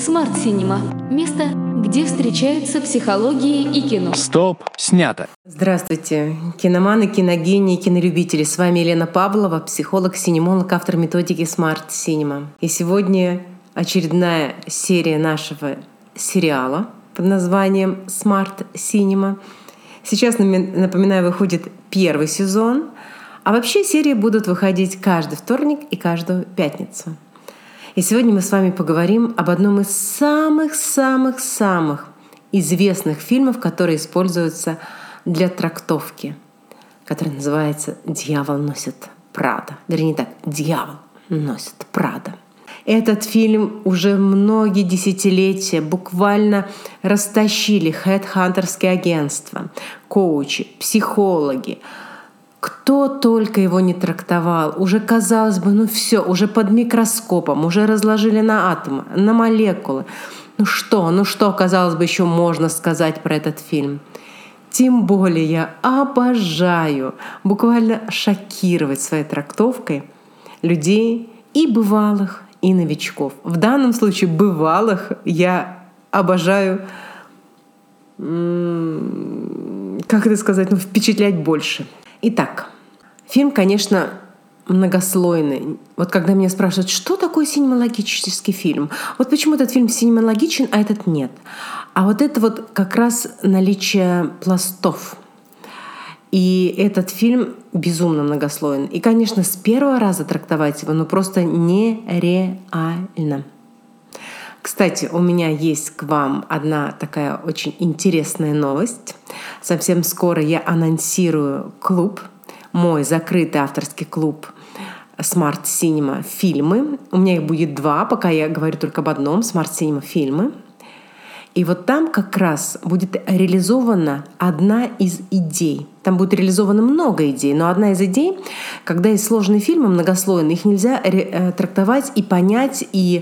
Smart Cinema – место, где встречаются психология и кино. Стоп! Снято! Здравствуйте, киноманы, киногении, кинолюбители. С вами Елена Павлова, психолог, синемолог, автор методики Smart Cinema. И сегодня очередная серия нашего сериала под названием Smart Cinema. Сейчас, напоминаю, выходит первый сезон, а вообще серии будут выходить каждый вторник и каждую пятницу. И сегодня мы с вами поговорим об одном из самых-самых-самых известных фильмов, которые используются для трактовки, который называется «Дьявол носит Прада». Вернее так, «Дьявол носит Прада». Этот фильм уже многие десятилетия буквально растащили хедхантерские агентства, коучи, психологи. Кто только его не трактовал, уже, казалось бы, все, уже под микроскопом, уже разложили на атомы, на молекулы. Ну что, казалось бы, еще можно сказать про этот фильм? Тем более я обожаю буквально шокировать своей трактовкой людей и бывалых, и новичков. В данном случае бывалых я обожаю, впечатлять больше. Итак, фильм, конечно, многослойный. Вот когда меня спрашивают, что такое синематографический фильм? Вот почему этот фильм синематографичен, а этот нет? А вот это вот как раз наличие пластов. И этот фильм безумно многослойный. И, конечно, с первого раза трактовать его просто нереально. Кстати, у меня есть к вам одна такая очень интересная новость. Совсем скоро я анонсирую клуб, мой закрытый авторский клуб Smart Cinema фильмы. У меня их будет 2, пока я говорю только об одном, Smart Cinema фильмы. И вот там как раз будет реализована одна из идей. Там будет реализовано много идей, но одна из идей, когда есть сложные фильмы, многослойные, их нельзя трактовать и понять, и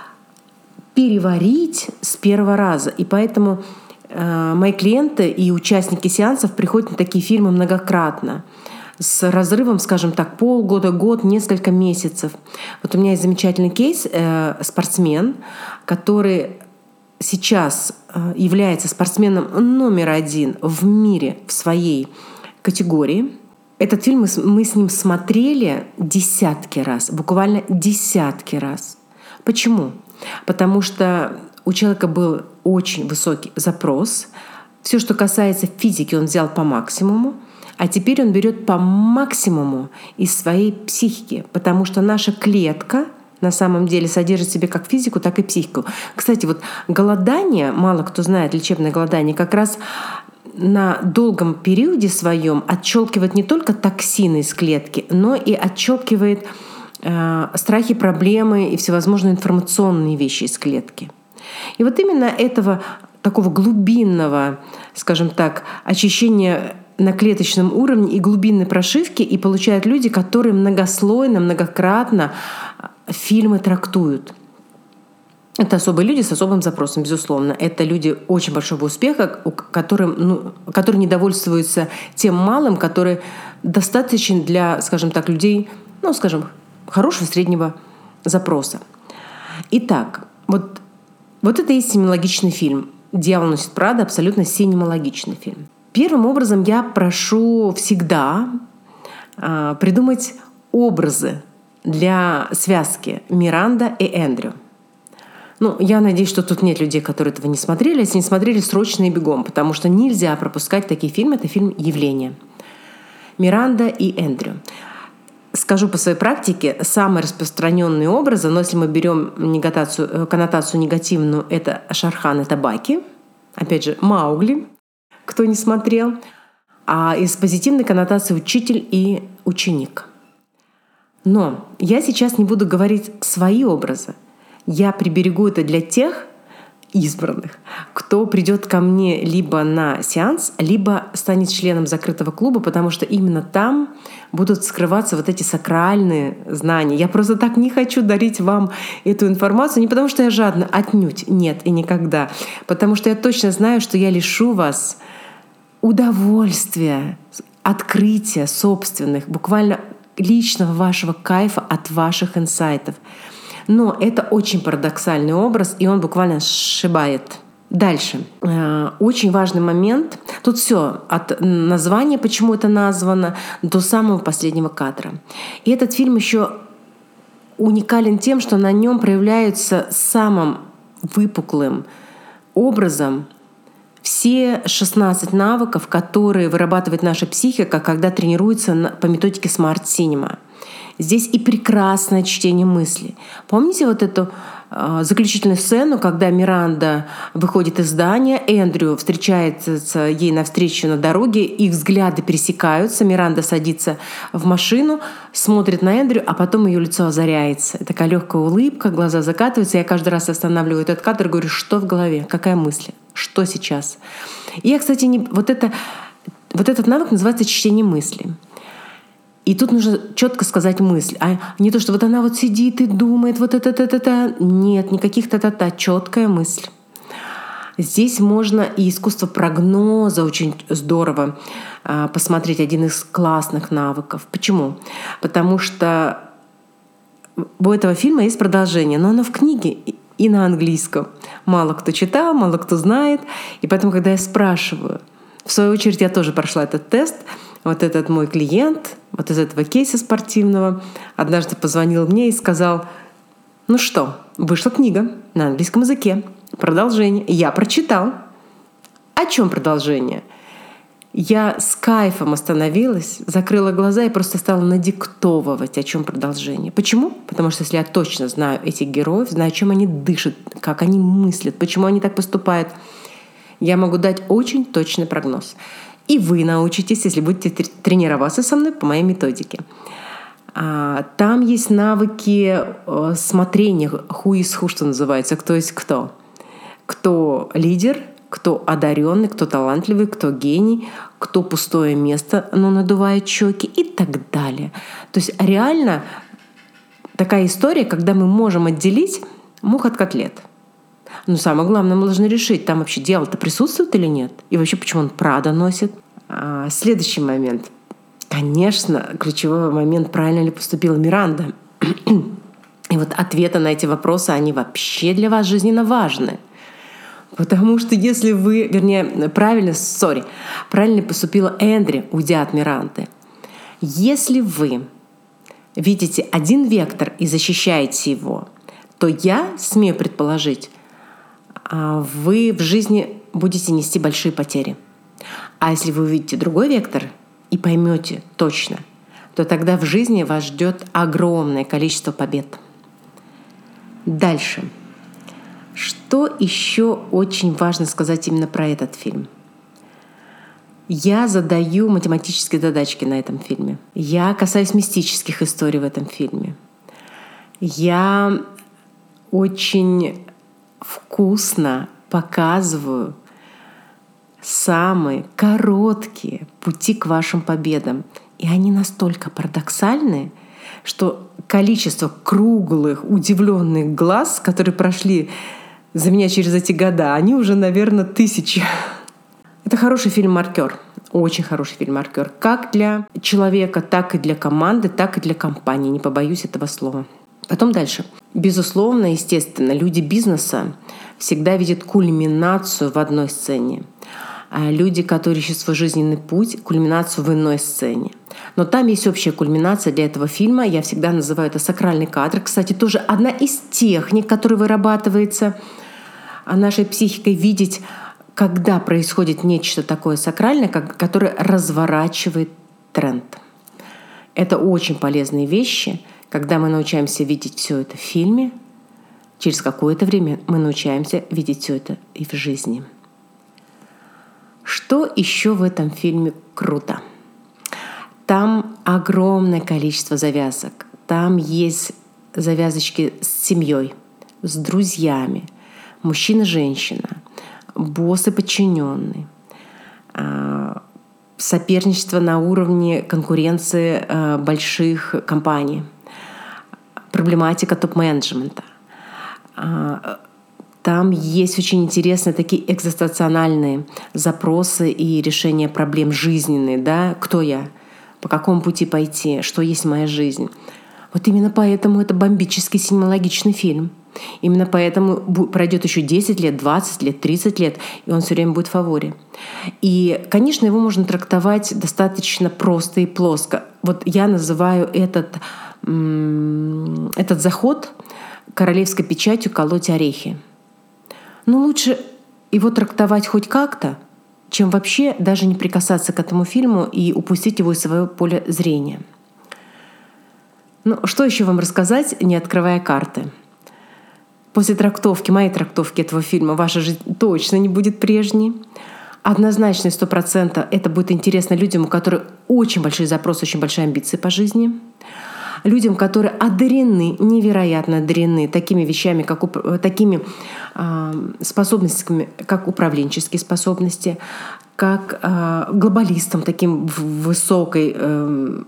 переварить с первого раза. И поэтому мои клиенты и участники сеансов приходят на такие фильмы многократно, с разрывом, скажем так, полгода, год, несколько месяцев. Вот у меня есть замечательный кейс, спортсмен, который сейчас является спортсменом номер 1 в мире в своей категории. Этот фильм мы с ним смотрели десятки раз, буквально десятки раз. Почему? Потому что у человека был очень высокий запрос. Все, что касается физики, он взял по максимуму, а теперь он берет по максимуму из своей психики, потому что наша клетка на самом деле содержит в себе как физику, так и психику. Кстати, вот голодание, мало кто знает, лечебное голодание, как раз на долгом периоде своем отщелкивает не только токсины из клетки, но и отщелкивает страхи, проблемы и всевозможные информационные вещи из клетки. И вот именно этого такого глубинного, скажем так, очищения на клеточном уровне и глубинной прошивки и получают люди, которые многослойно, многократно фильмы трактуют. Это особые люди с особым запросом, безусловно. Это люди очень большого успеха, которые не довольствуются тем малым, который достаточен для, скажем так, людей, хорошего среднего запроса. Итак, вот это и есть синематографичный фильм. «Дьявол носит Прада» — абсолютно синематографичный фильм. Первым образом я прошу всегда придумать образы для связки Миранда и Эндрю. Я надеюсь, что тут нет людей, которые этого не смотрели. Если не смотрели, срочно и бегом, потому что нельзя пропускать такие фильмы. Это фильм «Явление». Миранда и Эндрю. Скажу по своей практике, самые распространенные образы, но если мы берем коннотацию негативную, это Шархан и Табаки, опять же, Маугли, кто не смотрел, а из позитивной коннотации учитель и ученик. Но я сейчас не буду говорить свои образы. Я приберегу это для тех избранных, кто придет ко мне либо на сеанс, либо станет членом закрытого клуба, потому что именно там будут скрываться вот эти сакральные знания. Я просто так не хочу дарить вам эту информацию, не потому что я жадна, отнюдь, нет и никогда, потому что я точно знаю, что я лишу вас удовольствия, открытия собственных, буквально личного вашего кайфа от ваших инсайтов. Но это очень парадоксальный образ, и он буквально сшибает. Дальше. Очень важный момент. Тут все от названия, почему это названо, до самого последнего кадра. И этот фильм еще уникален тем, что на нем проявляются самым выпуклым образом все 16 навыков, которые вырабатывает наша психика, когда тренируется по методике Smart Cinema. Здесь и прекрасное чтение мыслей. Помните вот эту заключительную сцену, когда Миранда выходит из здания, Эндрю встречается ей навстречу на дороге, их взгляды пересекаются, Миранда садится в машину, смотрит на Эндрю, а потом ее лицо озаряется. Такая легкая улыбка, глаза закатываются. Я каждый раз останавливаю этот кадр и говорю, что в голове, какая мысль, что сейчас. И я, кстати, вот этот навык называется чтение мыслей. И тут нужно четко сказать мысль, а не то, что вот она вот сидит и думает, вот это. Нет, никаких та-та-та, четкая мысль. Здесь можно и искусство прогноза очень здорово посмотреть, один из классных навыков. Почему? Потому что у этого фильма есть продолжение, но оно в книге и на английском. Мало кто читал, мало кто знает. И поэтому, когда я спрашиваю, в свою очередь я тоже прошла этот тест, вот этот мой клиент, вот из этого кейса спортивного, однажды позвонил мне и сказал, ну что, вышла книга на английском языке, продолжение. Я прочитал. О чем продолжение? Я с кайфом остановилась, закрыла глаза и просто стала надиктовывать, о чем продолжение. Почему? Потому что если я точно знаю этих героев, знаю, о чем они дышат, как они мыслят, почему они так поступают, я могу дать очень точный прогноз. И вы научитесь, если будете тренироваться со мной по моей методике. Там есть навыки смотрения, who is who, что называется, кто есть кто. Кто лидер, кто одаренный, кто талантливый, кто гений, кто пустое место, но надувает щеки и так далее. То есть реально такая история, когда мы можем отделить мух от котлет. Но самое главное, мы должны решить, там вообще дьявол-то присутствует или нет. И вообще, почему он Прада носит. Следующий момент. Конечно, ключевой момент, правильно ли поступила Миранда. И вот ответы на эти вопросы, они вообще для вас жизненно важны. Потому что если вы, правильно поступила Эндрю, уйдя от Миранды. Если вы видите один вектор и защищаете его, то я смею предположить, вы в жизни будете нести большие потери. А если вы увидите другой вектор и поймете точно, то тогда в жизни вас ждет огромное количество побед. Дальше. Что еще очень важно сказать именно про этот фильм? Я задаю математические задачки на этом фильме. Я касаюсь мистических историй в этом фильме. Я очень вкусно показываю самые короткие пути к вашим победам. И они настолько парадоксальны, что количество круглых, удивленных глаз, которые прошли за меня через эти года, они уже, наверное, 1000. Это хороший фильм-маркер. Очень хороший фильм-маркер. Как для человека, так и для команды, так и для компании. Не побоюсь этого слова. Потом дальше. Безусловно, естественно, люди бизнеса всегда видят кульминацию в одной сцене. А люди, которые ищут свой жизненный путь, кульминацию в иной сцене. Но там есть общая кульминация для этого фильма. Я всегда называю это сакральный кадр. Кстати, тоже одна из техник, которая вырабатывается нашей психикой, видеть, когда происходит нечто такое сакральное, которое разворачивает тренд. Это очень полезные вещи. Когда мы научаемся видеть все это в фильме, через какое-то время мы научаемся видеть все это и в жизни. Что еще в этом фильме круто? Там огромное количество завязок. Там есть завязочки с семьей, с друзьями, мужчина, женщина, босс и подчиненный, соперничество на уровне конкуренции больших компаний, проблематика топ-менеджмента. Там есть очень интересные такие экзистенциальные запросы и решения проблем жизненные. Да? Кто я? По какому пути пойти? Что есть моя жизнь? Вот именно поэтому это бомбический синемологичный фильм. Именно поэтому пройдет еще 10 лет, 20 лет, 30 лет, и он все время будет в фаворе. И, конечно, его можно трактовать достаточно просто и плоско. Вот я называю этот заход королевской печатью «Колоть орехи». Но лучше его трактовать хоть как-то, чем вообще даже не прикасаться к этому фильму и упустить его из своего поля зрения. Ну, что еще вам рассказать, не открывая карты? После моей трактовки этого фильма ваша жизнь точно не будет прежней. Однозначно, 100% это будет интересно людям, у которых очень большой запрос, очень большие амбиции по жизни. Людям, которые одарены, невероятно одарены такими вещами, такими способностями, как управленческие способности, как глобалистам, таким в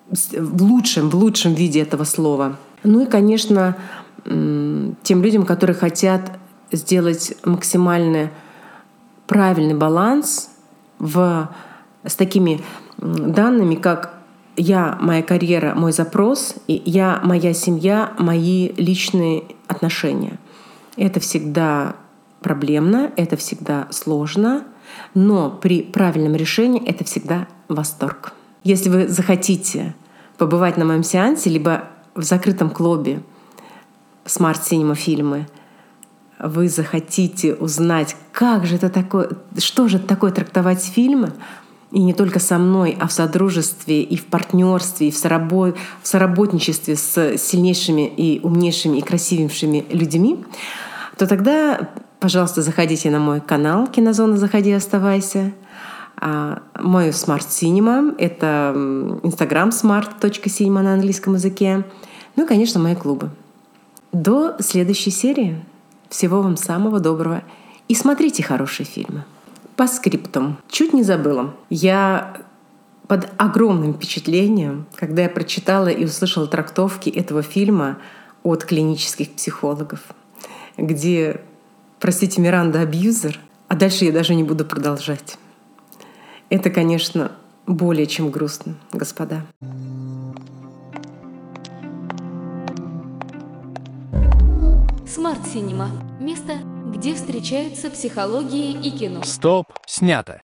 лучшем виде этого слова. Ну и, конечно, тем людям, которые хотят сделать максимально правильный баланс с такими данными, как я, моя карьера, мой запрос, и я, моя семья, мои личные отношения. Это всегда проблемно, это всегда сложно, но при правильном решении это всегда восторг. Если вы захотите побывать на моем сеансе, либо в закрытом клубе Smart Cinema фильмы, вы захотите узнать, как же это такое, что же это такое трактовать фильмы, и не только со мной, а в содружестве, и в партнерстве, и в соработничестве с сильнейшими и умнейшими и красивейшими людьми, то тогда, пожалуйста, заходите на мой канал «Кинозона. Заходи, оставайся». Мой Smart Cinema — это Instagram smart.cinema на английском языке. Ну и, конечно, мои клубы. До следующей серии. Всего вам самого доброго. И смотрите хорошие фильмы. По скриптум. Чуть не забыла. Я под огромным впечатлением, когда я прочитала и услышала трактовки этого фильма от клинических психологов, где, простите, Миранда абьюзер, а дальше я даже не буду продолжать. Это, конечно, более чем грустно, господа. Smart Cinema. Место, где встречаются психология и кино. Стоп, снято.